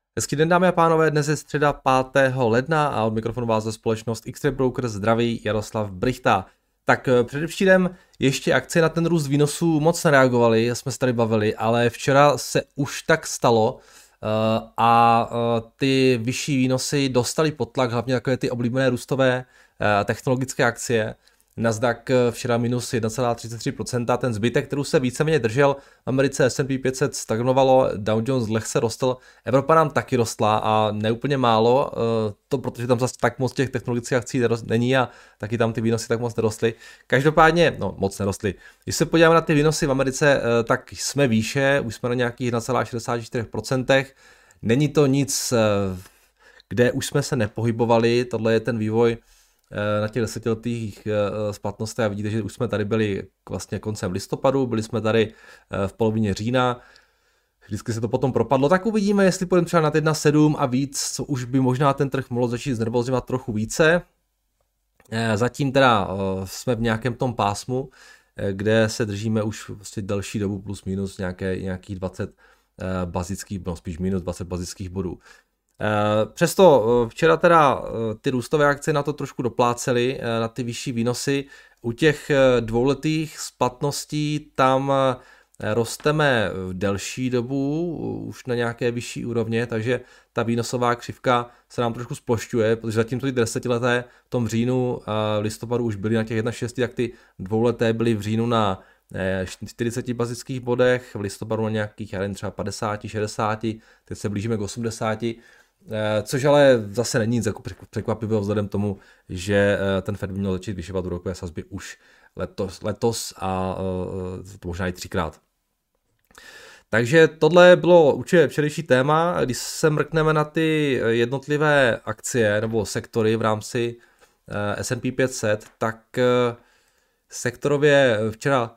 Hezký den, dámy a pánové, dnes je středa 5. ledna a od mikrofonu vás za společnost Xtrade Brokers zdraví Jaroslav Brychta. Tak předevčírem ještě akcie na ten růst výnosů moc nereagovaly, jsme se tady bavili, ale včera se už tak stalo a ty vyšší výnosy dostaly pod tlak, hlavně takové ty oblíbené růstové technologické akcie. Nasdaq včera minus 1,33%, ten zbytek, který se víceméně držel, v Americe S&P 500 stagnovalo, Dow Jones lehce rostl, Evropa nám taky rostla a neúplně málo, to protože tam zase tak moc těch technologických akcí není a taky tam ty výnosy tak moc nerostly. Každopádně, moc nerostly. Když se podíváme na ty výnosy v Americe, tak jsme výše, už jsme na nějakých 1,64%, není to nic, kde už jsme se nepohybovali, tohle je ten vývoj na těch desetiletých splatnostech a vidíte, že už jsme tady byli vlastně koncem listopadu, byli jsme tady v polovině října, vždycky se to potom propadlo, tak uvidíme, jestli půjdeme třeba na 1,7 a víc, co už by možná ten trh mohl začít znervozňovat trochu více. Zatím teda jsme v nějakém tom pásmu, kde se držíme už vlastně delší dobu plus minus nějakých 20 bazických, spíš minus 20 bazických bodů. Přesto včera teda ty růstové akcie na to trošku doplácely, na ty vyšší výnosy. U těch dvouletých splatností tam rosteme v delší dobu, už na nějaké vyšší úrovně, takže ta výnosová křivka se nám trošku splošťuje, protože zatímco ty desetileté v tom říjnu a listopadu už byly na těch 1,6, tak ty dvouleté byly v říjnu na 40 bazických bodech, v listopadu na nějakých, já nevím, třeba 50, 60, teď se blížíme k 80, což ale zase není nic jako překvapivého vzhledem tomu, že ten Fed by měl začít vyšovat úrokové sazby už letos a to možná i 3krát. Takže tohle bylo určitě včerejší téma. Když se mrkneme na ty jednotlivé akcie nebo sektory v rámci S&P 500, tak sektorově včera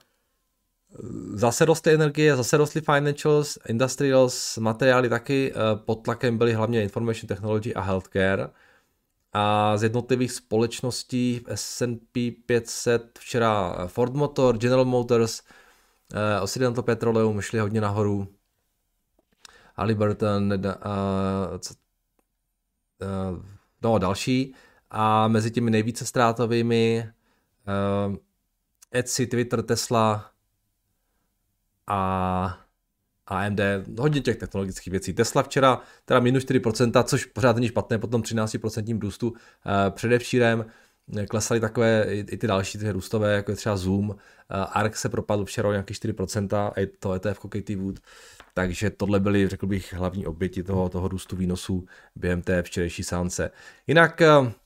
zase rostly energie, zase rostly financials, industrials, materiály taky, pod tlakem byly hlavně information technology a healthcare. A z jednotlivých společností v S&P 500 včera Ford Motor, General Motors, Occidental Petroleum šli hodně nahoru, Halliburton, další. A mezi těmi nejvíce ztrátovými Etsy, Twitter, Tesla a AMD, hodně těch technologických věcí. Tesla včera teda minus 4%, což pořád není špatné, potom 13% růstu. Předevčírem klesaly takové i ty další ty růstové, jako je třeba Zoom. ARK se propadl včera o nějaké 4%, a to ETF Katie Wood. Takže tohle byly, řekl bych, hlavní oběti toho růstu výnosů během té včerejší seance. Jinak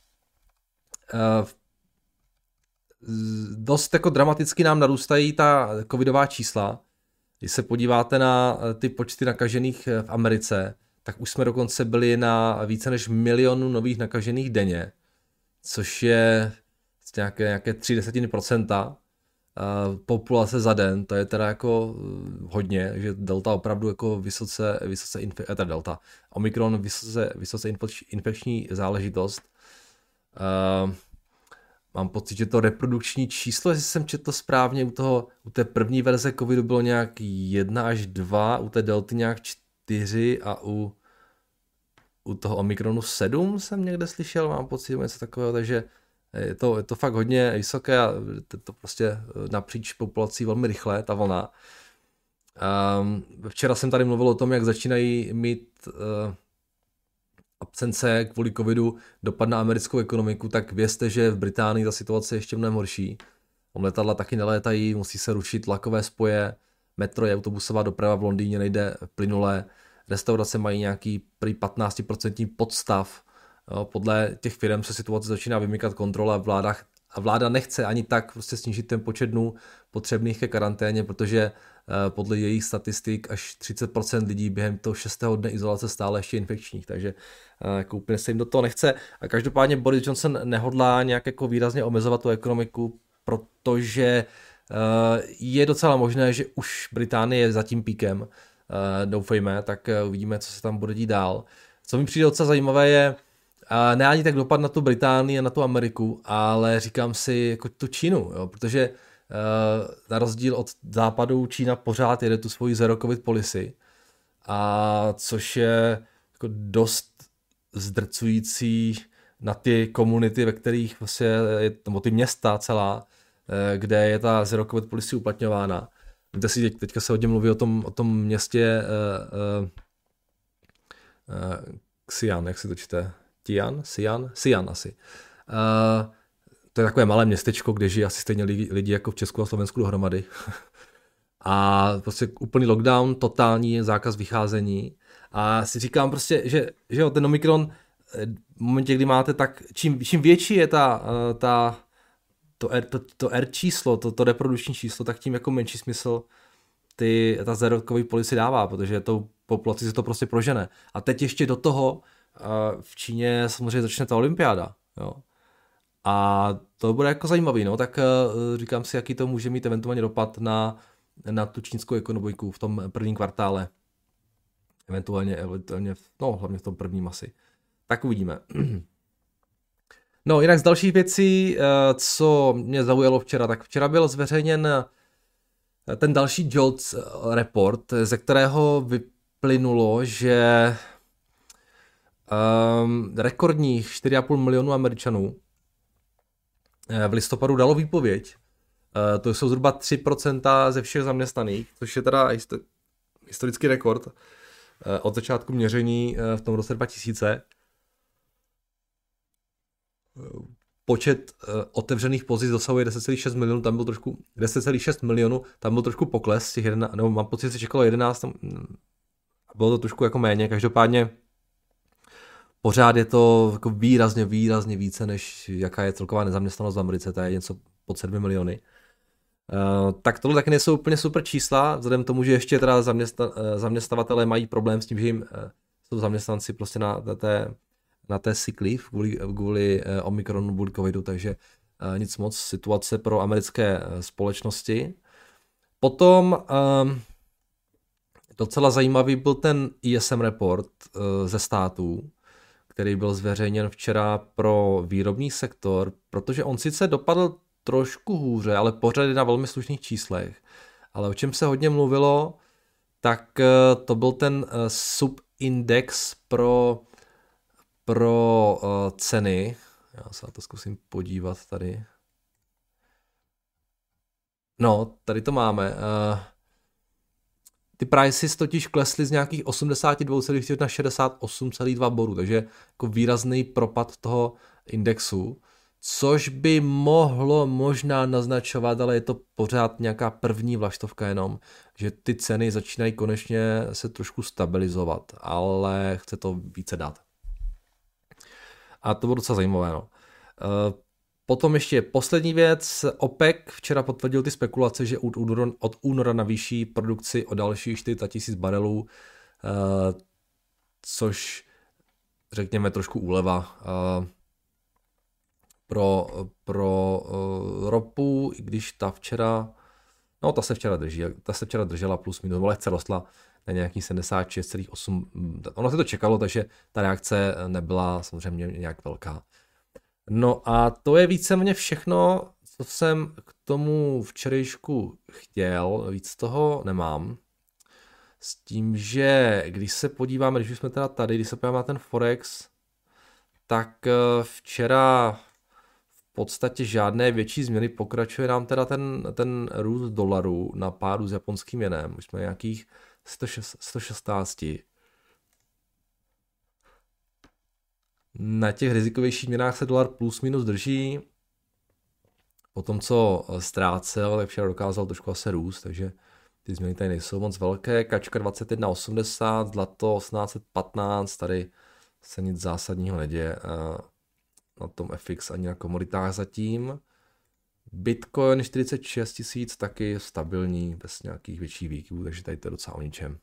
dost jako dramaticky nám narůstají ta covidová čísla. Když se podíváte na ty počty nakažených v Americe, tak už jsme dokonce byli na více než 1 milionu nových nakažených denně, což je nějaké 0,3% populace za den, to je teda jako hodně, že Delta opravdu jako vysoce Delta, Omikron vysoce infekční záležitost. Mám pocit, že to reprodukční číslo, jestli jsem četl správně, u té první verze covidu bylo nějak 1 až 2, u té delty nějak 4 a u toho Omikronu 7 jsem někde slyšel, mám pocit, něco takového, takže je to fakt hodně vysoké a to prostě napříč populací velmi rychle, ta vlna. Včera jsem tady mluvil o tom, jak začínají mít absence kvůli covidu dopad na americkou ekonomiku, tak vězte, že v Británii ta situace je ještě mnohem horší. Tam letadla taky nelétají, musí se rušit vlakové spoje, metro je autobusová doprava v Londýně nejde plynule, restaurace mají nějaký prý 15% podstav. Podle těch firm se situace začíná vymykat kontrola a vláda nechce ani tak prostě snížit ten počet dnů potřebných ke karanténě, protože podle jejich statistik až 30% lidí během toho 6. dne izolace stále ještě infekčních, takže jako úplně se jim do toho nechce. A každopádně Boris Johnson nehodlá nějak jako výrazně omezovat tu ekonomiku, protože je docela možné, že už Británie je za tím píkem, doufejme, tak uvidíme, co se tam bude dít dál. Co mi přijde docela zajímavé je, ne ani tak dopad na tu Británii a na tu Ameriku, ale říkám si jako tu Čínu, jo, protože na rozdíl od západu Čína pořád jede tu svoji zero covid policy, a což je jako dost zdrcující na ty komunity, ve kterých vlastně nebo ty města celá, kde je ta zero covid policy uplatňována. Víte si, teďka se hodně mluví o tom městě Xi'an, jak si to čte? Xi'an asi. To je takové malé městečko, kde žije asi stejně lidi jako v Česku a Slovensku dohromady. A prostě úplný lockdown, totální zákaz vycházení. A si říkám prostě, že jo, ten Omikron v momentě, kdy máte tak, čím větší je to R číslo, to reprodukční číslo, tak tím jako menší smysl ta zero-covid policy dává, protože tou populaci se to prostě prožene. A teď ještě do toho v Číně samozřejmě začne ta olympiáda, jo. A to bude jako zajímavý, no, tak říkám si, jaký to může mít eventuálně dopad na tu čínskou ekonomiku v tom prvním kvartále. Eventuálně, no, hlavně v tom prvním asi. Tak uvidíme. No, jinak z dalších věcí, co mě zaujalo včera, tak včera byl zveřejněn ten další JOLTS report, ze kterého vyplynulo, že rekordních 4,5 milionu Američanů v listopadu dalo výpověď. To jsou zhruba 3% ze všech zaměstnaných, což je teda historický rekord od začátku měření v tom roce 2000. Počet otevřených pozic dosahuje 10,6 milionů, tam byl trošku 10,6 milionů, tam byl trošku pokles, těch 11, nebo mám pocit, že se čekalo 11, bylo to trošku jako méně, každopádně pořád je to jako výrazně více, než jaká je celková nezaměstnanost v Americe, to je něco pod 7 miliony. Tak tohle taky nejsou úplně super čísla, vzhledem tomu, že ještě teda zaměstnavatelé mají problém s tím, že jim jsou zaměstnanci prostě na té sick leave kvůli Omikronu, kvůli covidu, takže nic moc situace pro americké společnosti. Potom docela zajímavý byl ten ISM report ze států, který byl zveřejněn včera pro výrobní sektor, protože on sice dopadl trošku hůře, ale pořád je na velmi slušných číslech. Ale o čem se hodně mluvilo, tak to byl ten subindex pro ceny. Já se na to zkusím podívat tady. No, tady to máme. Ty prices totiž klesly z nějakých 82,4 na 68,2 bodů, takže jako výrazný propad toho indexu, což by mohlo možná naznačovat, ale je to pořád nějaká první vlaštovka jenom, že ty ceny začínají konečně se trošku stabilizovat, ale chce to více dát. A to bylo docela zajímavé, no. Potom ještě poslední věc. OPEC včera potvrdil ty spekulace, že od února navýší produkci o dalších 400 000 barelů, což řekněme trošku úleva pro ropu, i když ta se včera držela plus minus, lehce rostla na nějaký 76,8. Ono se to čekalo, takže ta reakce nebyla samozřejmě nějak velká. No a to je víceméně všechno, co jsem k tomu včerejšku chtěl, víc toho nemám. S tím, že když se podíváme, když už jsme teda tady, když se podíváme na ten Forex, tak včera v podstatě žádné větší změny, pokračuje nám teda ten růst dolaru na páru s japonským jenem, už jsme nějakých 116. Na těch rizikovějších měnách se dolar plus minus drží. Po tom, co ztrácel, tak včera dokázal trošku asi růst, takže ty změny tady nejsou moc velké. Kačka 21,80, zlato 18,15, tady se nic zásadního neděje na tom FX ani na komoditách zatím. Bitcoin 46 000, taky stabilní, bez nějakých větších výkyvů, takže tady to je docela o ničem.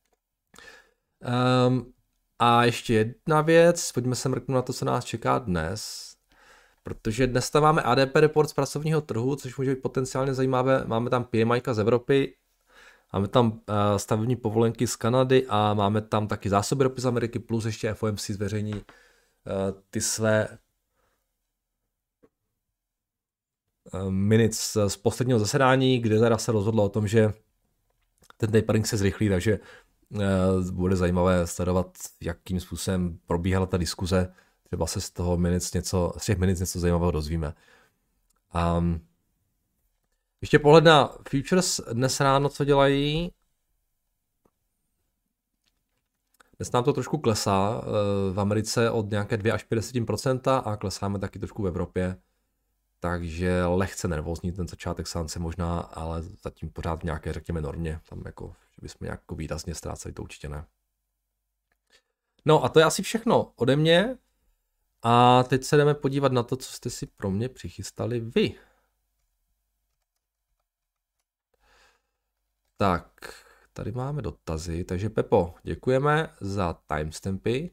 A ještě jedna věc, pojďme se mrknout na to, co nás čeká dnes, protože dnes tam máme ADP report z pracovního trhu, což může být potenciálně zajímavé, máme tam PMI z Evropy, máme tam stavební povolenky z Kanady a máme tam taky zásoby ropy z Ameriky, plus ještě FOMC zveřejní ty své minutes z posledního zasedání, kde teda se rozhodlo o tom, že ten tapering se zrychlí, takže Bude zajímavé sledovat, jakým způsobem probíhala ta diskuze. Třeba se z těch minut něco zajímavého dozvíme. Ještě pohled na futures dnes ráno, co dělají. Dnes nám to trošku klesá v Americe od nějaké 2 až 50% a klesáme taky trošku v Evropě. Takže lehce nervózní ten začátek sánce možná, ale zatím pořád v nějaké, řekněme, normě. Tam jako, že bychom nějak výrazně ztráceli, to určitě ne. No a to je asi všechno ode mě. A teď se jdeme podívat na to, co jste si pro mě přichystali vy. Tak, tady máme dotazy, takže Pepo, děkujeme za timestampy.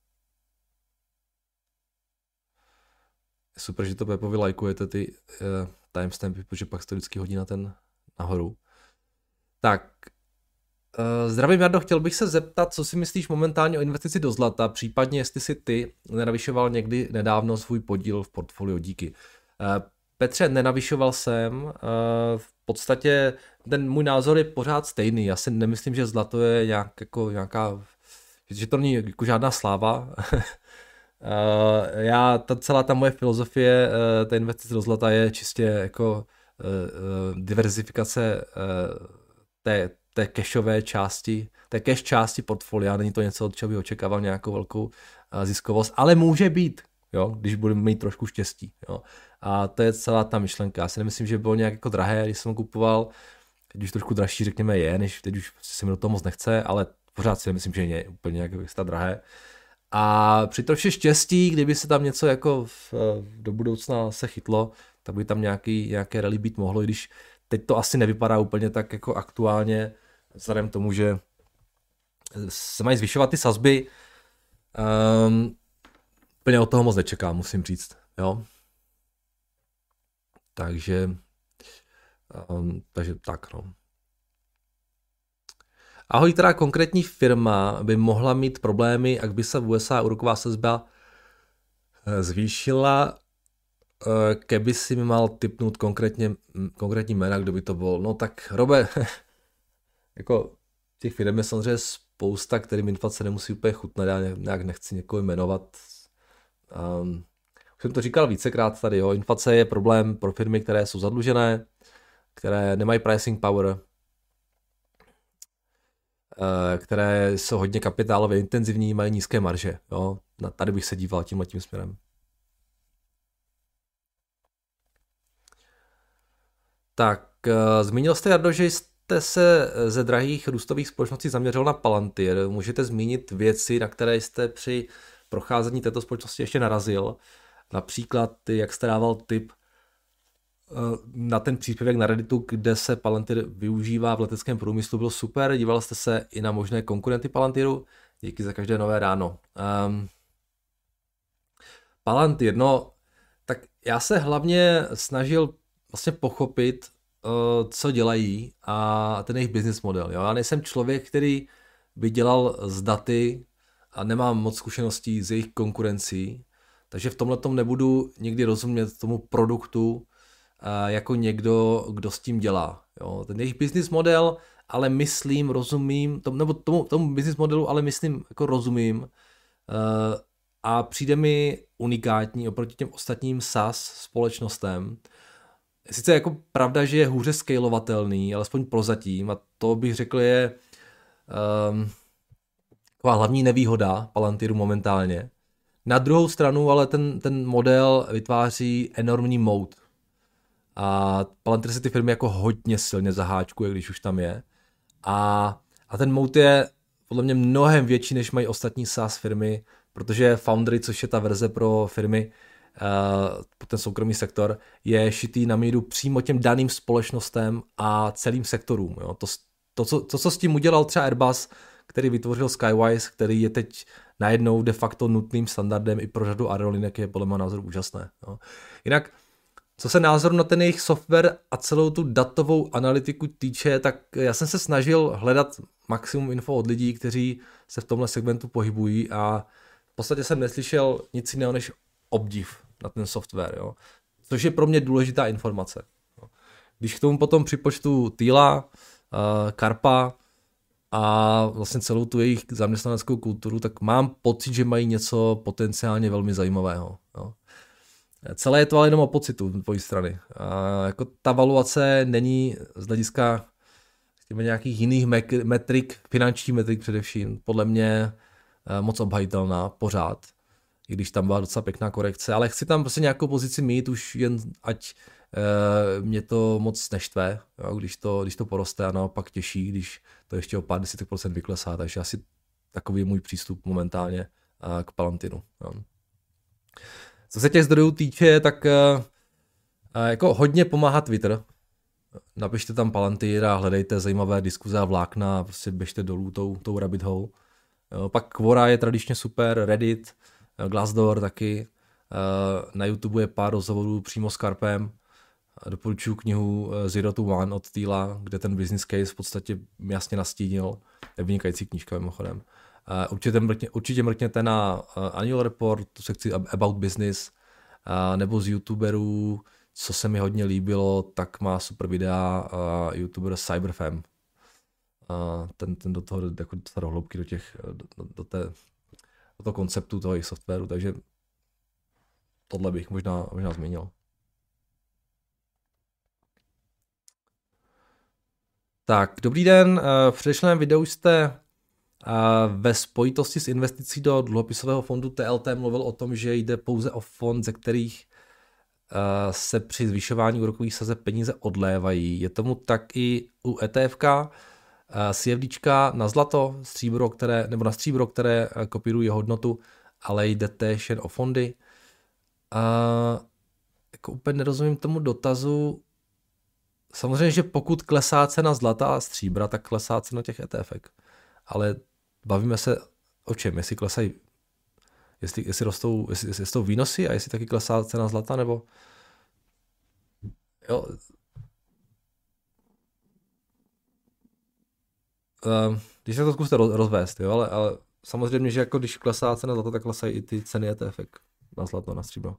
Super, že to Pepovi lajkujete ty timestampy, protože pak se to vždycky hodí na ten nahoru. Tak, zdravím Jardo, chtěl bych se zeptat, co si myslíš momentálně o investici do zlata, případně jestli si ty nenavyšoval někdy nedávno svůj podíl v portfoliu, díky. Petře, nenavyšoval jsem, v podstatě ten můj názor je pořád stejný, já si nemyslím, že zlato je nějaká, že to není jako žádná sláva. Celá ta moje filozofie té investice do zlata je čistě jako diverzifikace té cashové části, té cash části portfolia, není to něco, od čeho bych očekával nějakou velkou ziskovost, ale může být, jo, když budeme mít trošku štěstí. Jo. A to je celá ta myšlenka. Já si nemyslím, že bylo nějak jako drahé, když jsem ho kupoval, teď už trošku dražší, řekněme, je, než teď už se mi do toho moc nechce, ale pořád si nemyslím, že je úplně nějak extra drahé. A při troši štěstí, kdyby se tam něco jako do budoucna se chytlo, tak by tam nějaké rally být mohlo, i když teď to asi nevypadá úplně tak jako aktuálně, vzhledem k tomu, že se mají zvyšovat ty sazby. Úplně od toho moc nečekám, musím říct. Jo? Takže tak, no. Ahoj, teda konkrétní firma by mohla mít problémy, jak by se v USA úroková sazba zvýšila, keby si mi mal tipnout konkrétní jména, kdo by to byl. No tak, Robe, jako těch firm je samozřejmě spousta, kterým inflace nemusí úplně chutnat, já nějak nechci někoho jmenovat. Už jsem to říkal vícekrát tady, jo. Inflace je problém pro firmy, které jsou zadlužené, které nemají pricing power, které jsou hodně kapitálově intenzivní, mají nízké marže. Jo? Tady bych se díval tímhletím směrem. Tak, zmínil jste, Jardo, že jste se ze drahých růstových společností zaměřil na Palantir. Můžete zmínit věci, na které jste při procházení této společnosti ještě narazil? Například, jak jste dával tip na ten příspěvek na Redditu, kde se Palantir využívá v leteckém průmyslu, byl super. Díval jste se i na možné konkurenty Palantiru? Díky za každé nové ráno. Palantir, no, tak já se hlavně snažil vlastně pochopit, co dělají a ten jejich business model. Jo? Já nejsem člověk, který by dělal s daty a nemám moc zkušeností z jejich konkurencí, takže v tomhletom nebudu nikdy rozumět tomu produktu jako někdo, kdo s tím dělá. Jo? Ten jejich business model, ale rozumím, tomu business modelu, ale jako rozumím a přijde mi unikátní oproti těm ostatním SaaS společnostem. Sice jako pravda, že je hůře scalovatelný, alespoň prozatím, a to bych řekl je taková hlavní nevýhoda Palantiru momentálně. Na druhou stranu ale ten model vytváří enormní moat. A Palantir si ty firmy jako hodně silně zaháčkuje, když už tam je. A ten moat je podle mě mnohem větší, než mají ostatní SaaS firmy, protože Foundry, což je ta verze pro firmy, pro ten soukromý sektor, je šitý na míru přímo těm daným společnostem a celým sektorům. Jo. To, co s tím udělal třeba Airbus, který vytvořil Skywise, který je teď najednou de facto nutným standardem i pro řadu aerolinek, je podle mého názoru úžasné. Jo. Jinak, co se názoru na ten jejich software a celou tu datovou analytiku týče, tak já jsem se snažil hledat maximum info od lidí, kteří se v tomhle segmentu pohybují a v podstatě jsem neslyšel nic jiného než obdiv na ten software, jo. Což je pro mě důležitá informace. Jo. Když k tomu potom připočtu Týla, Karpa, a vlastně celou tu jejich zaměstnaneckou kulturu, tak mám pocit, že mají něco potenciálně velmi zajímavého. Jo. Celé je to ale jenom o pocitu z tvojí strany. A jako ta valuace není z hlediska nějakých jiných metrik, finančních metrik především, podle mě moc obhajitelná pořád, i když tam byla docela pěkná korekce, ale chci tam prostě nějakou pozici mít, už jen ať mě to moc neštve, jo, když to poroste, a naopak těší, když to ještě o pár desítek procent vyklesá, takže asi takový je můj přístup momentálně k Palantinu. Jo. Co se těch zdrojů týče, tak jako hodně pomáhá Twitter. Napište tam Palantir a hledejte zajímavé diskuze a vlákna a prostě běžte dolů tou rabbit hole. Jo, pak Quora je tradičně super, Reddit, Glassdoor taky. Na YouTube je pár rozhovorů přímo s Karpem. Doporučuji knihu Zero to One od Thiela, kde ten business case v podstatě jasně nastínil. Je vynikající knížka mimochodem. Určitě mrkněte na Annual Report, tu sekci About Business, nebo z YouTuberů, co se mi hodně líbilo, tak má super videa YouTuber Cyberfam. Ten do toho jako do hloubky do toho konceptu toho jejich softwaru, takže tohle bych možná zmínil. Tak, dobrý den. V předešlém videu jste ve spojitosti s investicí do dluhopisového fondu TLT mluvil o tom, že jde pouze o fond, ze kterých se při zvyšování úrokových sazeb peníze odlévají. Je tomu tak i u ETFK, CFDčka na zlato, na stříbro, které kopírují hodnotu, ale jde též jen o fondy. Jako úplně nerozumím tomu dotazu. Samozřejmě, že pokud klesá cena zlata a stříbra, tak klesá cena těch ETFek. Ale bavíme se o čem? Jestli klesají, jestli rostou výnosy a jestli taky klesá cena zlata, nebo jo. Když se to zkuste rozvést, jo, ale samozřejmě, že jako když klesá cena zlata, tak klesají i ty ceny ETFek na zlato, na stříbro.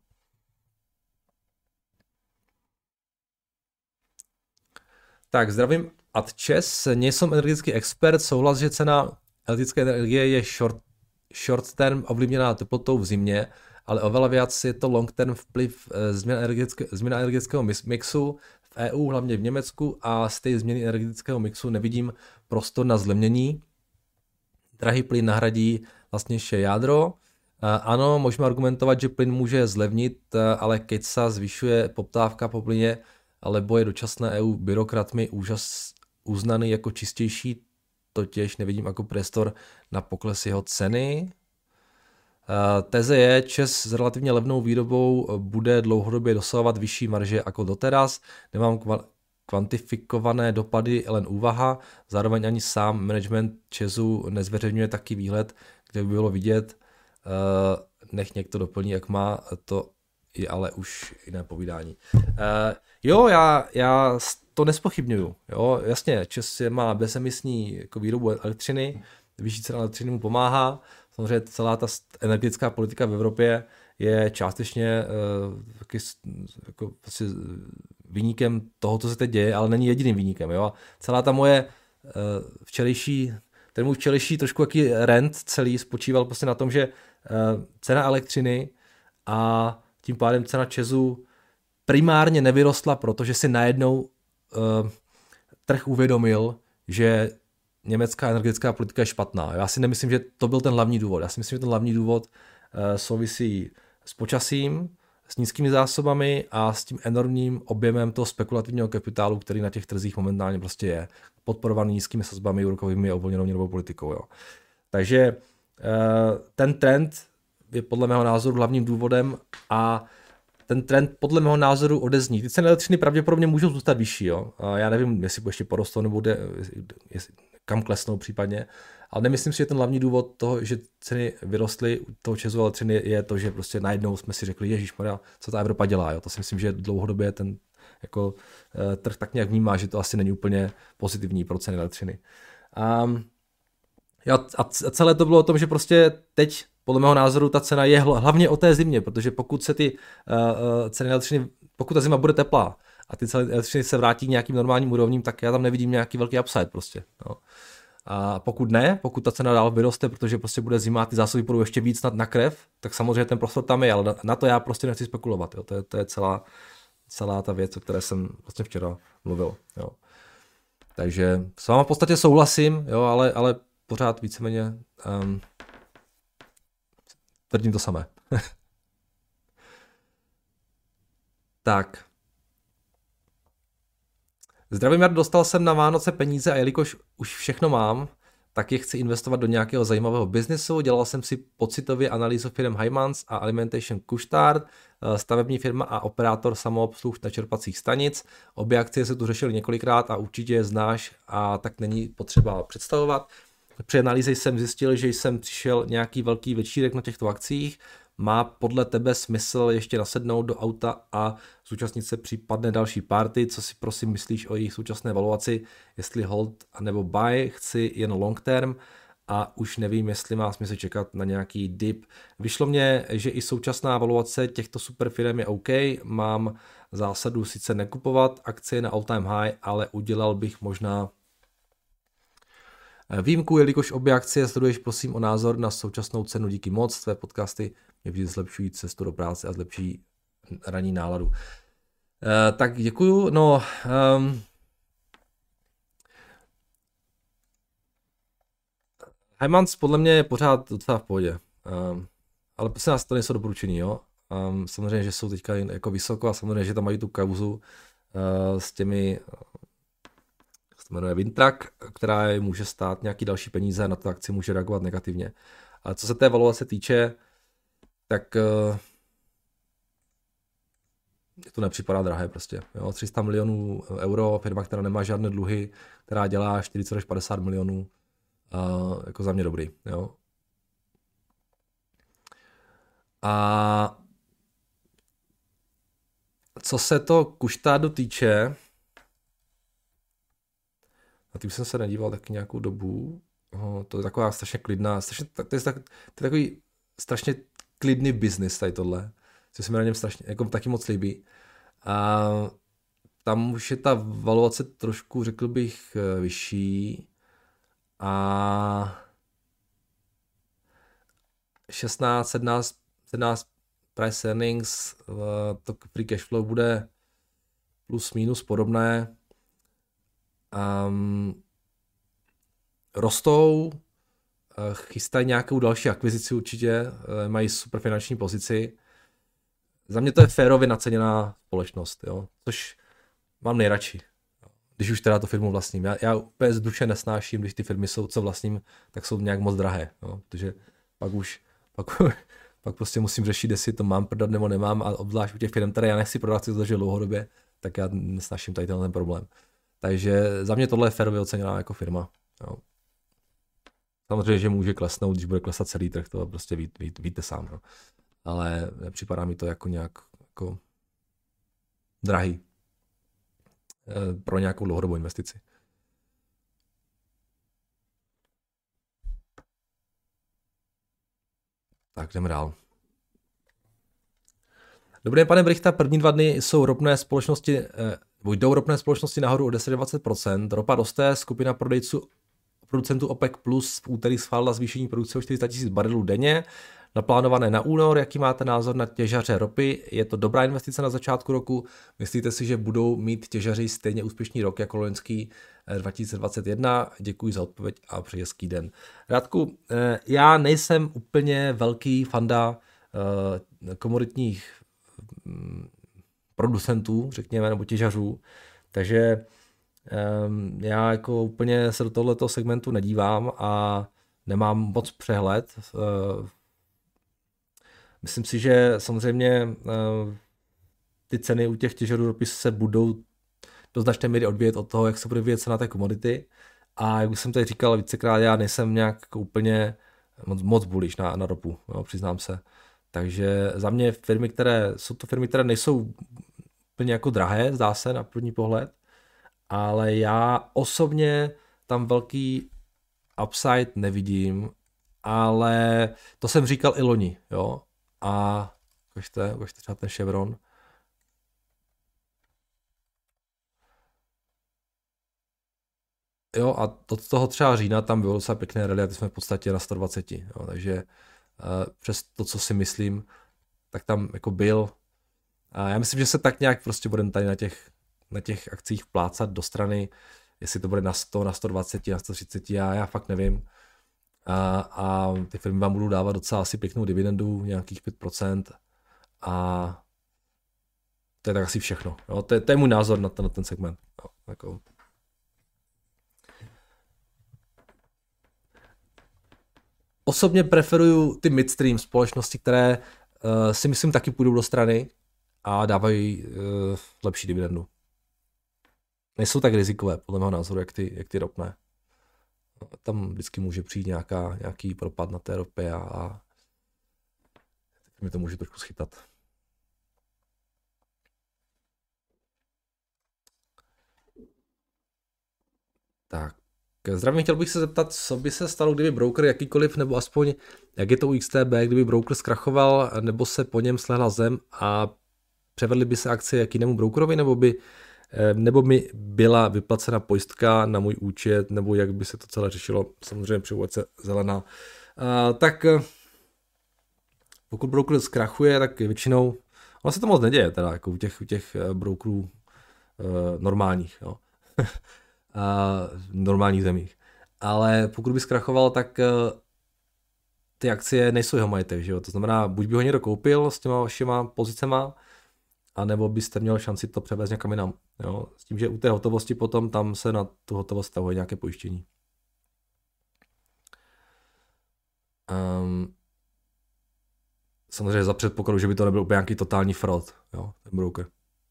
Tak, zdravím Adčes, nejsem energetický expert, souhlas, že cena elektrické energie je short term ovlivněná teplotou v zimě, ale oveľa viac je to long term vplyv změna energetického mixu v EU, hlavně v Německu, a z té změny energetického mixu nevidím prostor na zlevnění. Drahý plyn nahradí vlastně jádro. Ano, můžeme argumentovat, že plyn může zlevnit, ale keď sa zvyšuje poptávka po plyně, alebo je dočasné EU byrokratmi uznaný jako čistější, totiž nevidím jako prostor na pokles jeho ceny. Teze je, ČEZ s relativně levnou výrobou bude dlouhodobě dosahovat vyšší marže jako doteraz. Nemám kvantifikované dopady, jen úvaha. Zároveň ani sám management ČEZu nezveřejňuje taky výhled, kde by bylo vidět. Nech někdo doplní, jak má, to je ale už jiné povídání. Jo, já to nespochybňuju. Jo, jasně, ČEZ má bezemisní jako výrobu elektřiny, vyšší cena elektřiny mu pomáhá. Samozřejmě celá ta energetická politika v Evropě je částečně jako vlastně viníkem toho, co se teď děje, ale není jediným viníkem. Jo? Celá ta moje ten můj včerejší trošku jaký rant celý spočíval prostě na tom, že cena elektřiny a tím pádem cena ČEZu primárně nevyrostla, protože si najednou trh uvědomil, že německá energetická politika je špatná. Já si nemyslím, že to byl ten hlavní důvod. Já si myslím, že ten hlavní důvod souvisí s počasím, s nízkými zásobami a s tím enormním objemem toho spekulativního kapitálu, který na těch trzích momentálně prostě je. Podporovaný nízkými sazbami, úrokovými a uvolněnou měnovou politikou. Jo. Takže ten trend je podle mého názoru hlavním důvodem a ten trend podle mého názoru odezní. Ty ceny elektřiny pravděpodobně můžou zůstat vyšší. Jo. A já nevím, jestli ještě porostou nebo kam klesnou případně, ale nemyslím si, že ten hlavní důvod toho, že ceny vyrostly u toho ČEZu elektřiny, je to, že prostě najednou jsme si řekli, ježišmarja, co ta Evropa dělá. Jo. To si myslím, že dlouhodobě ten jako trh tak nějak vnímá, že to asi není úplně pozitivní pro ceny elektřiny. A celé to bylo o tom, že prostě teď podle mého názoru ta cena je hlavně o té zimě, protože pokud se ty ceny elektřiny, pokud ta zima bude teplá a ty ceny elektřiny se vrátí k nějakým normálním úrovním, tak já tam nevidím nějaký velký upside prostě. No. A pokud ta cena dál vyroste, protože prostě bude zima, ty zásoby budou ještě víc na krev, tak samozřejmě ten prostor tam je, ale na to já prostě nechci spekulovat. Jo. To je celá ta věc, o které jsem vlastně včera mluvil. Jo. Takže s váma v podstatě souhlasím, jo, ale pořád víceméně tvrdím to samé. Tak. Zdravím, Jardo, dostal jsem na Vánoce peníze a jelikož už všechno mám, tak je chci investovat do nějakého zajímavého biznesu. Dělal jsem si pocitově analýzu firm Heimans a Alimentation Couche-Tard, stavební firma a operátor samoobsluh načerpacích stanic. Obě akcie se tu řešily několikrát a určitě je znáš a tak není potřeba představovat. Při analýze jsem zjistil, že jsem přišel nějaký velký večírek na těchto akcích. Má podle tebe smysl ještě nasednout do auta a zúčastnit se případné další party? Co si prosím myslíš o jejich současné valuaci? Jestli hold nebo buy, chci jen long term a už nevím, jestli má smysl čekat na nějaký dip. Vyšlo mně, že i současná valuace těchto super firm je OK. Mám zásadu sice nekupovat akcie na all time high, ale udělal bych možná výjimku, jelikož obě akcie sleduješ, prosím o názor na současnou cenu. Díky moc, tvé podcasty mě vždy zlepšují cestu do práce a zlepší ranní náladu. Tak děkuju. No, Heimans podle mě je pořád docela v pohodě. Ale prostě nás to nejsou doporučení, jo. Samozřejmě, že jsou teďka jako vysoko a samozřejmě, že tam mají tu kauzu s těmi se jmenuje Wintrak, která je může stát nějaký další peníze a na tu akci může reagovat negativně. Ale co se té valuace týče, tak to nepřipadá drahé prostě. Jo? 300 milionů euro, firma, která nemá žádné dluhy, která dělá 40 až 50 milionů, jako za mě dobrý. Jo? A co se to Couche-Tardu týče, na tím jsem se nedíval taky nějakou dobu. To je taková strašně klidná, to je takový strašně klidný biznis tady tohle. Co se mi na něm strašně, jako taky moc líbí. A tam už je ta valuace trošku, řekl bych, vyšší. A 16, 17 price earnings, to free cash flow bude plus minus podobné. Rostou, chystají nějakou další akvizici určitě, mají super finanční pozici. Za mě to je férově naceněná společnost, jo? Což mám nejradši, když už teda tu firmu vlastním. Já úplně z duše nesnáším, když ty firmy jsou, co vlastním, tak jsou nějak moc drahé, jo? Protože pak prostě musím řešit, jestli to mám prodat nebo nemám, a obzvlášť u těch firm, které já nechci prodat, chci to držet dlouhodobě, tak já nesnáším tady ten problém. Takže za mě tohle je férově oceněná jako firma. Jo. Samozřejmě, že může klesnout, když bude klesat celý trh, to prostě víte sám. No. Ale nepřipadá mi to jako nějak jako drahý pro nějakou dlouhodobou investici. Tak jdeme dál. Dobrý, pane Brichta, první 2 dny jsou jdou ropné společnosti nahoru o 10-20%, ropa roste, skupina producentů OPEC Plus v úterý schválila zvýšení produkce o 400 000 barelů denně, naplánované na únor. Jaký máte názor na těžaře ropy? Je to dobrá investice na začátku roku? Myslíte si, že budou mít těžaři stejně úspěšný rok jako loňský 2021? Děkuji za odpověď a přeji hezký den. Radku, já nejsem úplně velký fanda komoditních producentů, řekněme, nebo těžařů, takže já jako úplně se do tohoto segmentu nedívám a nemám moc přehled. Myslím si, že samozřejmě ty ceny u těch těžařů ropy se budou do značné míry odvíjet od toho, jak se bude vyvíjet cena té komodity. A jak už jsem tady říkal vícekrát, já nejsem nějak jako úplně moc bullish na ropu, jo, přiznám se. Takže za mě jsou to firmy, které nejsou úplně jako drahé, zdá se na první pohled, ale já osobně tam velký upside nevidím, ale to jsem říkal i loni, jo. A ukažte třeba ten Chevron. Jo, a od toho třeba října tam bylo docela pěkné rally a ty jsme v podstatě na 120. Jo, takže přes to, co si myslím, tak tam jako byl. A já myslím, že se tak nějak prostě budeme tady na těch akcích plácat do strany, jestli to bude na 100, na 120, na 130, já fakt nevím. A ty firmy vám budou dávat docela asi pěknou dividendu, nějakých 5%. A to je tak asi všechno. Jo? To je můj názor na ten segment. Jo, jako. Osobně preferuju ty midstream společnosti, které si myslím taky půjdou do strany a dávají lepší dividendu. Nejsou tak rizikové, podle mého názoru, jak ty ropné. Tam vždycky může přijít nějaký propad na té ropě a mi to může trošku schytat. Tak, zdravím, chtěl bych se zeptat, co by se stalo, kdyby broker jakýkoliv, nebo aspoň jak je to u XTB, kdyby broker zkrachoval, nebo se po něm slehla zem a převedly by se akcie k jinému brokerovi, nebo mi byla vyplacena pojistka na můj účet, nebo jak by se to celé řešilo, samozřejmě při úvodce zelená. Tak pokud broker zkrachuje, tak většinou, ono se to moc neděje, teda jako u těch brokerů normálních, jo. Normálních zemích. Ale pokud by zkrachoval, tak ty akcie nejsou jeho majetek, že jo? To znamená, buď by ho někdo koupil s těma vašima pozicema, anebo byste měl šanci to převést někam jinam. Jo? S tím, že u té hotovosti potom tam se na tu hotovost stavuje nějaké pojištění. Samozřejmě za předpokladu, že by to nebyl úplně nějaký totální fraud, jo, ten broker.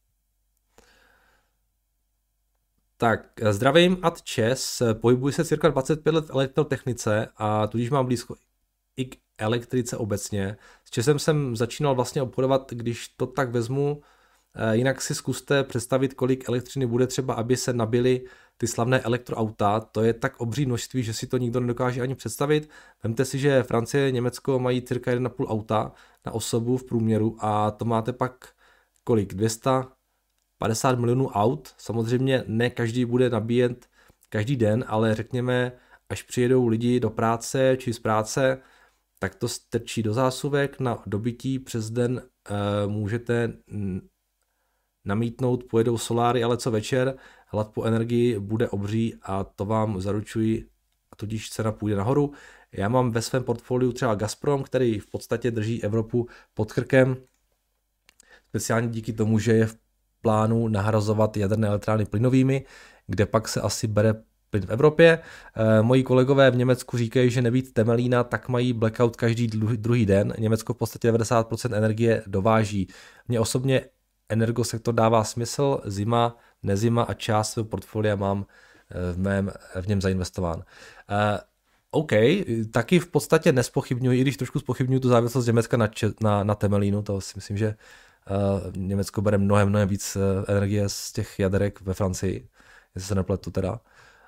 Tak, zdravím ad ČES, pohybuji se cirka 25 let v elektrotechnice a tudíž mám blízko i k elektrice obecně. S ČESem jsem začínal vlastně obchodovat, když to tak vezmu, jinak si zkuste představit, kolik elektřiny bude třeba, aby se nabily ty slavné elektroauta. To je tak obří množství, že si to nikdo nedokáže ani představit. Vemte si, že Francie, Německo mají cirka 1,5 auta na osobu v průměru a to máte pak kolik? 250 milionů aut. Samozřejmě ne každý bude nabíjet každý den, ale řekněme, až přijedou lidi do práce či z práce, tak to strčí do zásuvek na dobytí přes den. Můžete namítnout, pojedou soláry, ale co večer, hlad po energii bude obří a to vám zaručuji, a tudíž cena půjde nahoru. Já mám ve svém portfoliu třeba Gazprom, který v podstatě drží Evropu pod krkem, speciálně díky tomu, že je v plánu nahrazovat jaderné elektrárny plynovými, kde pak se asi bere plyn v Evropě. Moji kolegové v Německu říkají, že nebýt Temelína, tak mají blackout každý druhý den. Německo v podstatě 90% energie dováží. Mně osobně energosektor dává smysl, zima, nezima a část svého portfolia mám v něm zainvestován. OK, taky v podstatě nespochybňuji, i když trošku spochybňuji tu závislost Německa na Temelínu, to si myslím, že Německo bere mnohem víc energie z těch jaderek ve Francii, jestli se nepletu teda.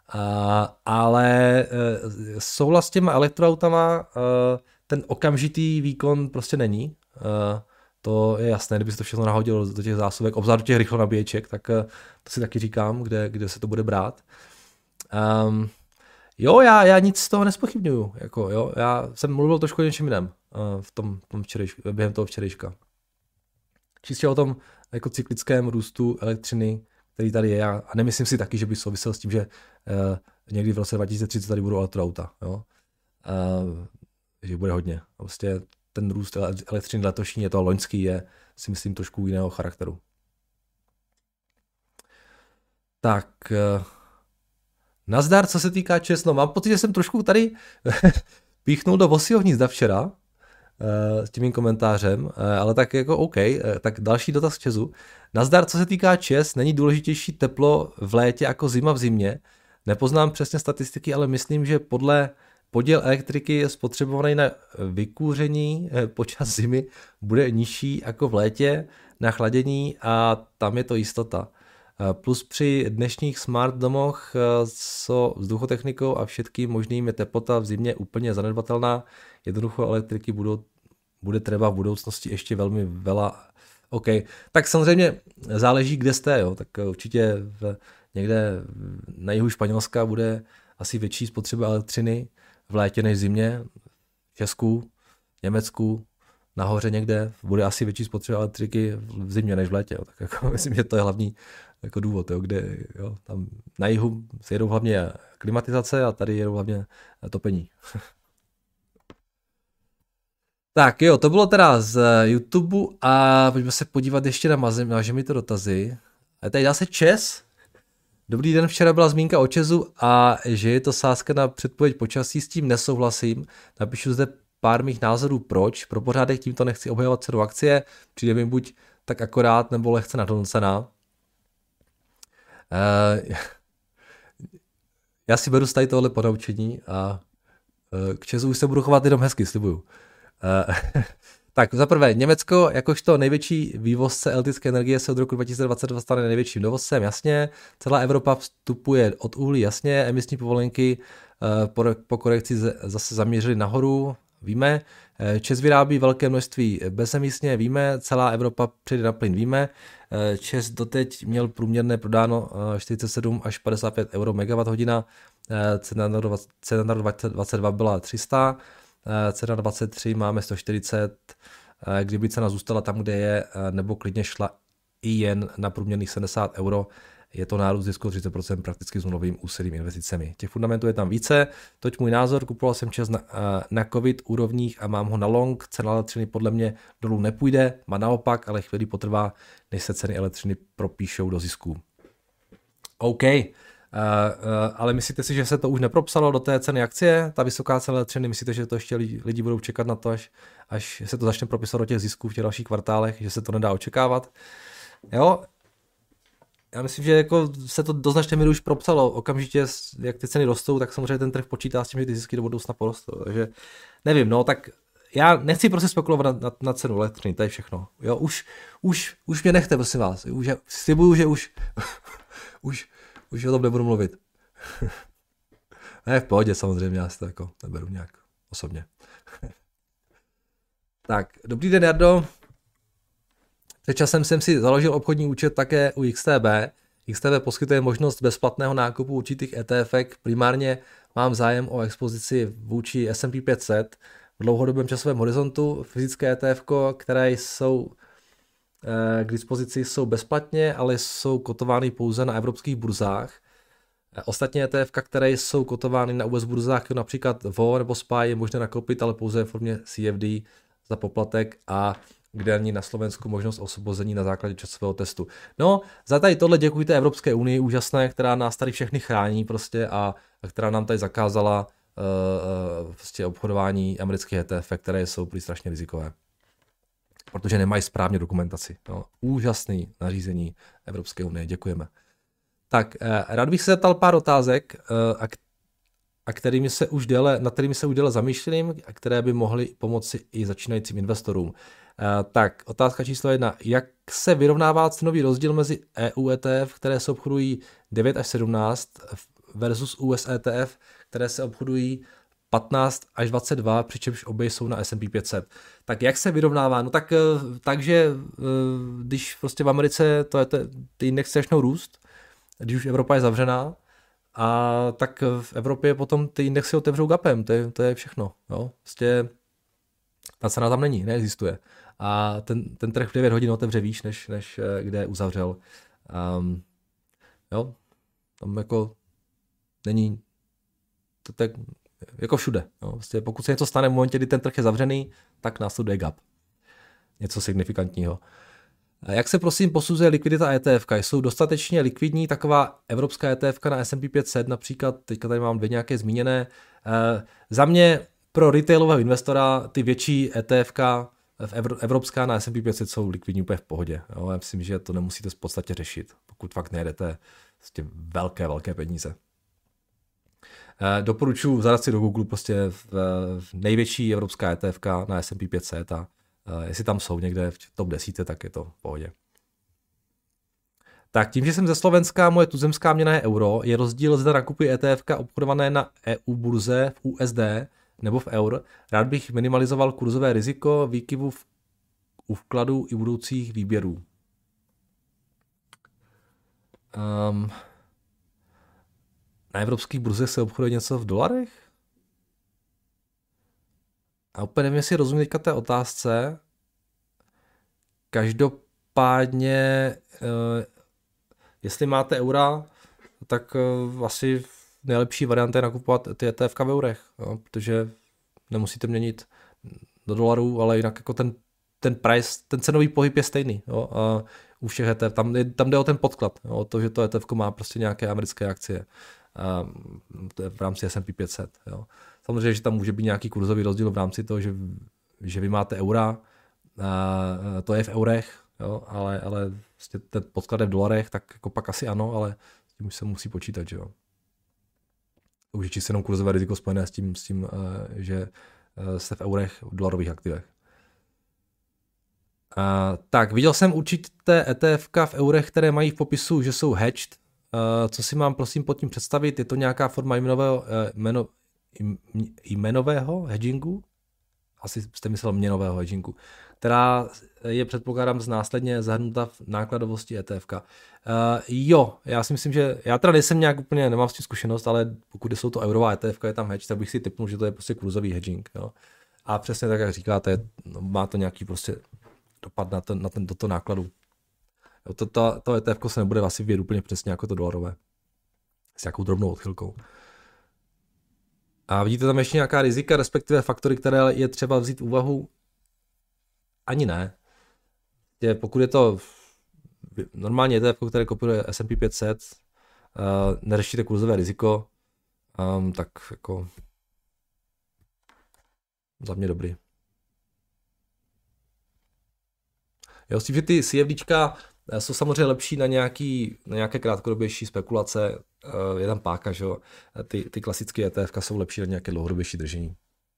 Ale souhlas s těma elektroautama, ten okamžitý výkon prostě není. To je jasné, kdyby se to všechno nahodilo do těch zásuvek, obzvlášť do těch rychlonabíječek, tak to si taky říkám, kde se to bude brát. Jo, já nic z toho nespochybňuju. Jako, jo, já jsem mluvil trošku o něčem jiném během toho včerejška. Čistě o tom jako cyklickém růstu elektřiny, který tady je. A nemyslím si taky, že by souvisel s tím, že někdy v roce 2030 tady budou elektroauta. Jo? Že bude hodně. Prostě ten růst elektřiny letošní, je to loňský, je si myslím trošku jiného charakteru. Tak, nazdar, co se týká ČES, no mám pocit, že jsem trošku tady píchnul do vosího hnízda včera s tím mým komentářem, ale tak jako OK, tak další dotaz k ČESu. Nazdar, co se týká ČES, není důležitější teplo v létě jako zima v zimě. Nepoznám přesně statistiky, ale myslím, že podíl elektriky je spotřebovaný na vykouření počas zimy bude nižší jako v létě na chladění a tam je to jistota. Plus při dnešních smart domoch so vzduchotechnikou a všetkým možným je teplota v zimě úplně zanedbatelná. Jednoducho elektriky bude třeba v budoucnosti ještě velmi veľa. OK, tak samozřejmě záleží, kde jste, jo. Tak určitě v někde na jihu Španělska bude asi větší spotřeba elektřiny v létě než v zimě, v Česku, Německu, nahoře někde bude asi větší spotřeba elektriky v zimě než v létě. Jo. Tak jako, myslím, že to je hlavní jako důvod, jo, kde jo, tam na jihu se jedou hlavně klimatizace a tady jedou hlavně topení. Tak jo, to bylo teda z YouTube a pojďme se podívat ještě na to dotazy. A tady dá se ČES. Dobrý den, včera byla zmínka o ČESu a že je to sázka na předpověď počasí, s tím nesouhlasím. Napíšu zde pár mých názorů proč. Pro pořádek tímto nechci obhajovat cenu akcie, přijde mi buď tak akorát nebo lehce nadhodnocená. Já si beru z tady tohle ponaučení a k ČESu už se budu chovat jenom hezky, slibuju. Tak za prvé, Německo jakožto největší vývozce elektrické energie se od roku 2022 stane největším dovozcem, jasně. Celá Evropa vstupuje od uhlí, jasně. Emisní povolenky po korekci zase zamířily nahoru, víme. ČES vyrábí velké množství bezemisně, víme. Celá Evropa přejde na plyn, víme. ČES doteď měl průměrné prodáno 47 až 55 euro megawatt-hodina, cena na 2022 byla 300, cena 23 máme 140, kdyby cena zůstala tam, kde je, nebo klidně šla i jen na průměrných 70 euro, je to nárůst zisku 30% prakticky s nulovým úsilím investicemi. Těch fundamentů je tam více, toť můj názor, kupoval jsem ČES na covid úrovních a mám ho na long, cena elektřiny podle mě dolů nepůjde, má naopak, ale chvíli potrvá, než se ceny elektřiny propíšou do zisků. OK, ale myslíte si, že se to už nepropsalo do té ceny akcie, ta vysoká cena elektřiny, myslíte, že to ještě lidi budou čekat na to, až se to začne propisovat do těch zisků v těch dalších kvartálech, že se to nedá očekávat? Jo, já myslím, že jako se to do značné míry už propsalo. Okamžitě, jak ty ceny rostou, tak samozřejmě ten trh počítá s tím, že ty zisky do budoucna porostou. Takže nevím, no, tak já nechci prostě spekulovat na cenu elektřiny, to je všechno. Jo, už mě nechte, prosím vás. Slibuju, že už o tom nebudu mluvit. Ne, v pohodě samozřejmě, já si to jako neberu nějak osobně. Tak, dobrý den, Jardo. Před časem jsem si založil obchodní účet také u XTB. XTB poskytuje možnost bezplatného nákupu určitých ETF. Primárně mám zájem o expozici vůči S&P 500 v dlouhodobém časovém horizontu. Fyzické ETF, které jsou k dispozici, jsou bezplatně, ale jsou kotovány pouze na evropských burzách. Ostatně ETF, které jsou kotovány na US burzách, jako například VO nebo SPY, je možné nakoupit, ale pouze v formě CFD za poplatek a kde není na Slovensku možnost osvobození na základě časového testu. No, za tady tohle děkujte Evropské unii, úžasné, která nás tady všechny chrání prostě a která nám tady zakázala prostě obchodování amerických ETF, které jsou prý strašně rizikové. Protože nemají správně dokumentaci. No, úžasný nařízení Evropské unie, děkujeme. Tak, rád bych se zeptal pár otázek, nad kterými se už déle zamýšlím a které by mohly pomoci i začínajícím investorům. Tak, otázka číslo 1. Jak se vyrovnává cenový rozdíl mezi EU ETF, které se obchodují 9 až 17 versus US ETF, které se obchodují 15 až 22, přičemž obě jsou na S&P 500. Tak jak se vyrovnává? No takže když prostě v Americe ty indexy začnou růst, když už Evropa je zavřená, a tak v Evropě potom ty indexy otevřou gapem, to je všechno. Jo? Prostě ta cena tam není, neexistuje. A ten trh v 9 hodin otevře výš, než kde uzavřel. Jo? Tam jako není, to tak jako všude. Jo? Prostě pokud se něco stane v momentě, kdy ten trh je zavřený, tak následuje gap. Něco signifikantního. Jak se prosím posuzuje likvidita ETF? Jsou dostatečně likvidní taková evropská ETF na S&P 500 například, teďka tady mám 2 nějaké zmíněné. Za mě pro retailového investora ty větší ETF evropská na S&P 500 jsou likvidní úplně v pohodě. Jo? Já myslím, že to nemusíte v podstatě řešit, pokud fakt nejedete prostě velké peníze. Doporučuji zadat si do Google prostě největší evropská ETF na S&P 500 a jestli tam jsou někde v top 10, tak je to v pohodě. Tak tím, že jsem ze Slovenska, moje tuzemská měna je euro, je rozdíl, zda nakupuji ETF obchodované na EU burze v USD nebo v eur. Rád bych minimalizoval kurzové riziko výkyvu u vkladů i budoucích výběrů. Na evropských burzech se obchoduje něco v dolarech? A úplně nevím, jestli rozumím teďka té otázce. Každopádně, jestli máte eura, tak asi nejlepší varianta je nakupovat ty ETF v eurech, jo, protože nemusíte měnit do dolarů, ale jinak jako ten price, ten cenový pohyb je stejný. Jo, a u všech ETF, tam jde o ten podklad, jo, o to, že to ETF má prostě nějaké americké akcie v rámci S&P 500. Jo. Samozřejmě, že tam může být nějaký kurzový rozdíl v rámci toho, že vy máte eura, to je v eurech, jo, ale vlastně ten podklad je v dolarech, tak jako pak asi ano, ale s tím už se musí počítat, že jo. To už je čistě jenom kurzové riziko spojené s tím, že jste v eurech, v dolarových aktivech. Tak, viděl jsem určitě ETF-ka v eurech, které mají v popisu, že jsou hedged. Co si mám prosím pod tím představit? Je to nějaká forma jmenového hedgingu? Asi jste myslel měnového hedgingu, která je, předpokládám, následně zahrnuta v nákladovosti ETF-ka. Jo, já si myslím, že já teda nejsem nějak úplně, nemám s tím zkušenost, ale pokud jsou to eurová ETF, je tam hedge, tak bych si tipnul, že to je prostě kurzový hedging. Jo. A přesně tak, jak říkáte, má to nějaký prostě dopad do toho nákladu. Jo, to ETF se nebude asi vyjet úplně přesně jako to dolarové. S nějakou drobnou odchylkou. A vidíte tam ještě nějaká rizika, respektive faktory, které je třeba vzít v úvahu? Ani ne. Pokud je to normálně ETF, které kopíruje S&P 500, neřešíte kurzové riziko, tak jako za mě dobrý. Jo, s tím, že ty CFDčka jsou samozřejmě lepší na nějaké krátkodobější spekulace, je tam páka, že jo. Ty klasické ETF jsou lepší na nějaké dlouhodobější držení.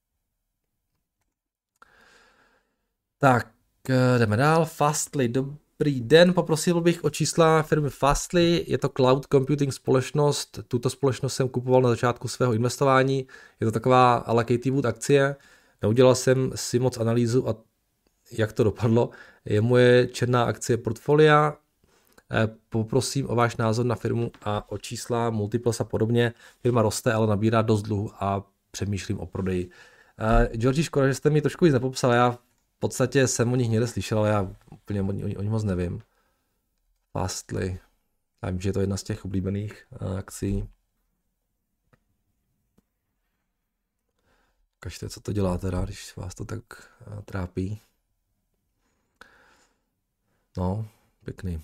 Tak, jdeme dál. Fastly, dobrý den, poprosil bych o čísla firmy Fastly, je to cloud computing společnost, tuto společnost jsem kupoval na začátku svého investování, je to taková a la Katie Wood akcie, neudělal jsem si moc analýzu a jak to dopadlo, je moje černá akcie portfolia, poprosím o váš názor na firmu a o čísla, multiples a podobně, firma roste, ale nabírá dost dluhu a přemýšlím o prodeji. Georgi, škoda, že jste mi trošku víc nepopsal, já v podstatě jsem o nich někde slyšel, ale já úplně o nich moc nevím. Fastly. Já vím, že je to jedna z těch oblíbených akcí. Ukažte, co to dělá teda, když vás to tak trápí. No, pěkný.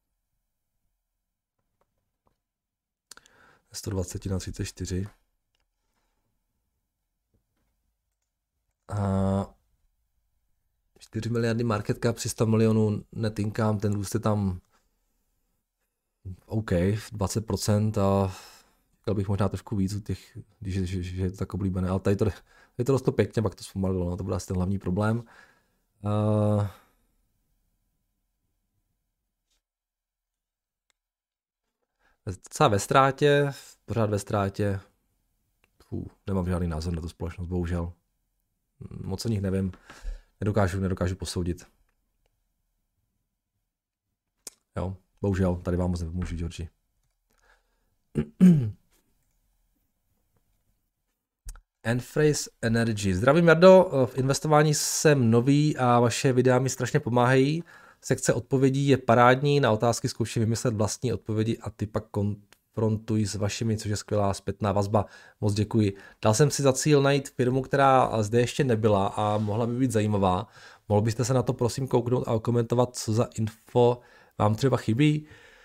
120 na 34. A 4 miliardy market cap, 300 milionů net income, ten růst je tam OK, 20% a chtěl bych možná trošku víc u těch, když je to tak oblíbené, ale tady to rostlo pěkně, pak to zpomalilo, no, to bude asi ten hlavní problém. Docela ve ztrátě, pořád ve ztrátě. Nemám žádný názor na tu společnost, bohužel. Moc o nich nevím. Nedokážu posoudit. Jo, bohužel, tady vám moc nepomůžu, Georgi. Enphase Energy. Zdravím, Jardo, v investování jsem nový a vaše videa mi strašně pomáhají. Sekce odpovědí je parádní, na otázky zkouším vymyslet vlastní odpovědi a ty pak konfrontuji s vašimi, což je skvělá zpětná vazba. Moc děkuji. Dal jsem si za cíl najít firmu, která zde ještě nebyla a mohla by být zajímavá. Mohl byste se na to prosím kouknout a komentovat, co za info vám třeba chybí?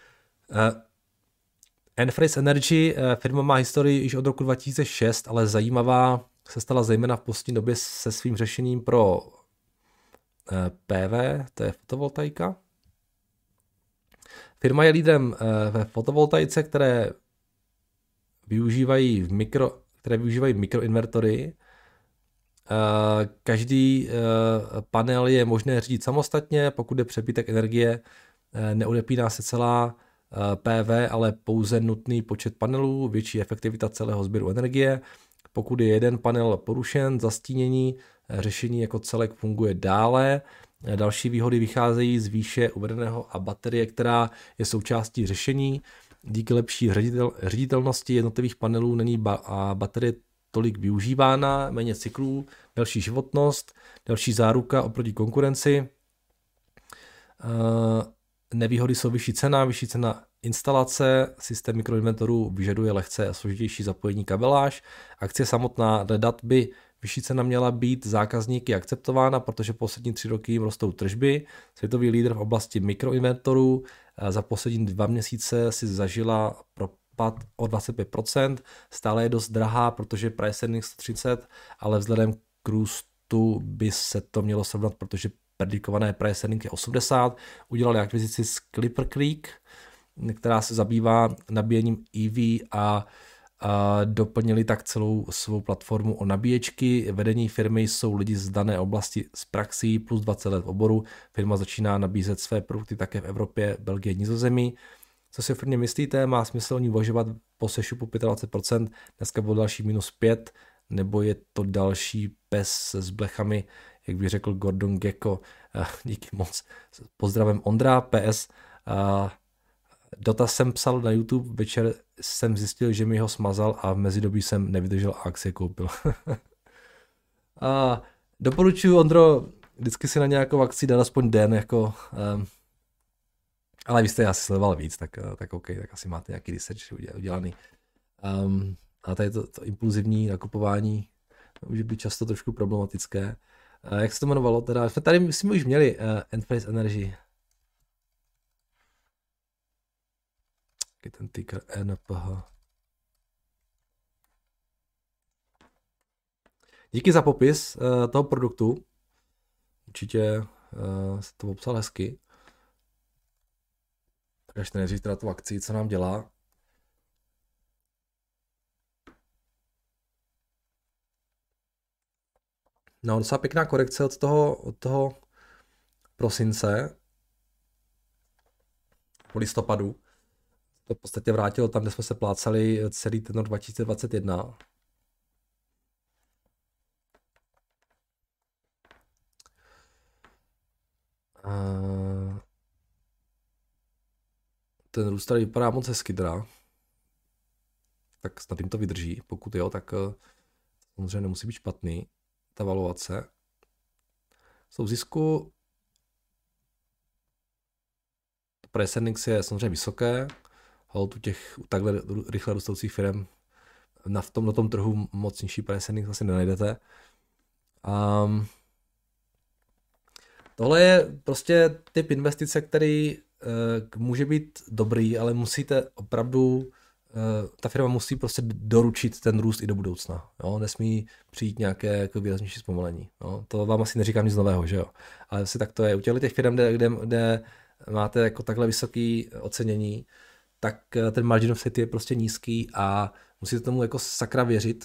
Enphase Energy, firma má historii již od roku 2006, ale zajímavá se stala zejména v poslední době se svým řešením pro PV, to je fotovoltaika. Firma je lídrem ve fotovoltaice, které využívají mikroinvertory. Každý panel je možné řídit samostatně, pokud je přebytek energie, neodepíná se celá PV, ale pouze nutný počet panelů, větší efektivita celého sběru energie. Pokud je jeden panel porušen, zastínění, řešení jako celek funguje dále. Další výhody vycházejí z výše uvedeného a baterie, která je součástí řešení. Díky lepší ředitelnosti jednotlivých panelů není baterie tolik využívána, méně cyklů, delší životnost, další záruka oproti konkurenci. Nevýhody jsou vyšší cena instalace, systém mikroinventorů vyžaduje lehce a složitější zapojení kabeláž. Akcie samotná dodat by vyšší cena měla být zákazníky akceptována, protože poslední 3 roky jim rostou tržby. Světový lídr v oblasti mikroinventorů za poslední 2 měsíce si zažila propad o 25%. Stále je dost drahá, protože price earnings 130, ale vzhledem k růstu by se to mělo srovnat, protože predikované price earning je 80. Udělali akvizici z Clipper Creek, která se zabývá nabíjením EV a doplnili tak celou svou platformu o nabíječky. Vedení firmy jsou lidi z dané oblasti s praxí plus 20 let v oboru. Firma začíná nabízet své produkty také v Evropě, Belgii, Nizozemí. Co si o firmě myslíte? Má smysl o ní uvažovat po sešupu 25%? Dneska bylo další -5, nebo je to další pes s blechami, jak by řekl Gordon Gekko. Díky moc. Pozdravím Ondra, PS. Dotaz jsem psal na YouTube, večer jsem zjistil, že mi ho smazal a v mezidobí jsem nevydržel a akcie koupil. Doporučuji, Ondro, vždycky si na nějakou akci dát aspoň den, jako, ale vy jste asi sledoval víc, tak OK, tak asi máte nějaký research udělaný. A tady to impulzivní nakupování může být často trošku problematické. Jak se to jmenovalo teda? Tady jsme už měli Enphase Energy. Ten ticker NPH. Díky za popis toho produktu. Určitě se to popsal hezky. Ještě neříct teda tu akci, co nám dělá. No, docela pěkná korekce od toho prosince po listopadu. To v podstatě vrátilo tam, kde jsme se plácali celý ten rok 2021. Ten růst tady vypadá moc hezky teda. Tak snad jim to vydrží. Pokud jo, tak samozřejmě nemusí být špatný. Ta valuace. Jsou v zisku. Price earnings je samozřejmě vysoké. Hold u těch takhle rychle rostoucích firm na tom trhu moc nižší price earnings asi nenajdete. Tohle je prostě typ investice, který může být dobrý, ale musíte opravdu, ta firma musí prostě doručit ten růst i do budoucna. Jo? Nesmí přijít nějaké jako výraznější zpomalení. Jo? To vám asi neříkám nic nového, že jo? Ale asi tak to je. U těch firm, kde máte jako takhle vysoké ocenění, tak ten margin of safety je prostě nízký a musíte tomu jako sakra věřit.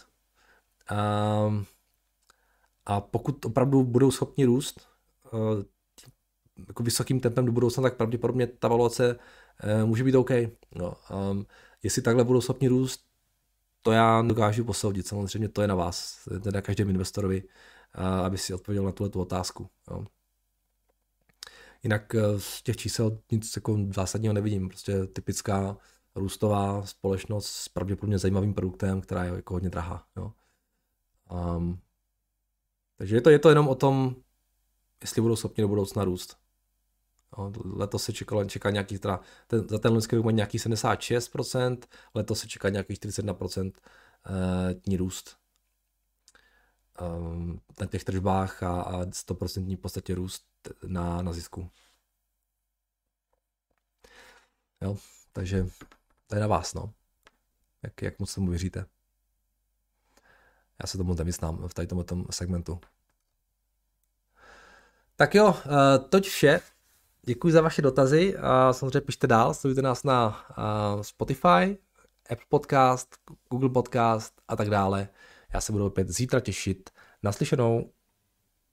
A pokud opravdu budou schopni růst jako vysokým tempem do budoucna, tak pravděpodobně ta valuace může být OK. No, jestli takhle budou schopni růst, to já dokážu posoudit. Samozřejmě to je na vás, to je na každém investorovi, aby si odpověděl na tuhle otázku. Jo. Jinak z těch čísel nic jako zásadního nevidím. Prostě typická růstová společnost s pravděpodobně zajímavým produktem, která je jako hodně drahá. Jo. Takže je to jenom o tom, jestli budou schopni do budoucna růst. No, letos se čeká nějaký, za ten loňský rok má nějaký 76%, letos se čeká nějaký 41% růst na těch tržbách a 100% v podstatě růst na zisku. Jo, takže to je na vás, no. Jak moc tomu věříte. Já se tomu nevyznám v tady tomto segmentu. Tak jo, toť vše. Děkuji za vaše dotazy a samozřejmě pište dál, sledujte nás na Spotify, Apple Podcast, Google Podcast a tak dále. Já se budu opět zítra těšit. Naslyšenou.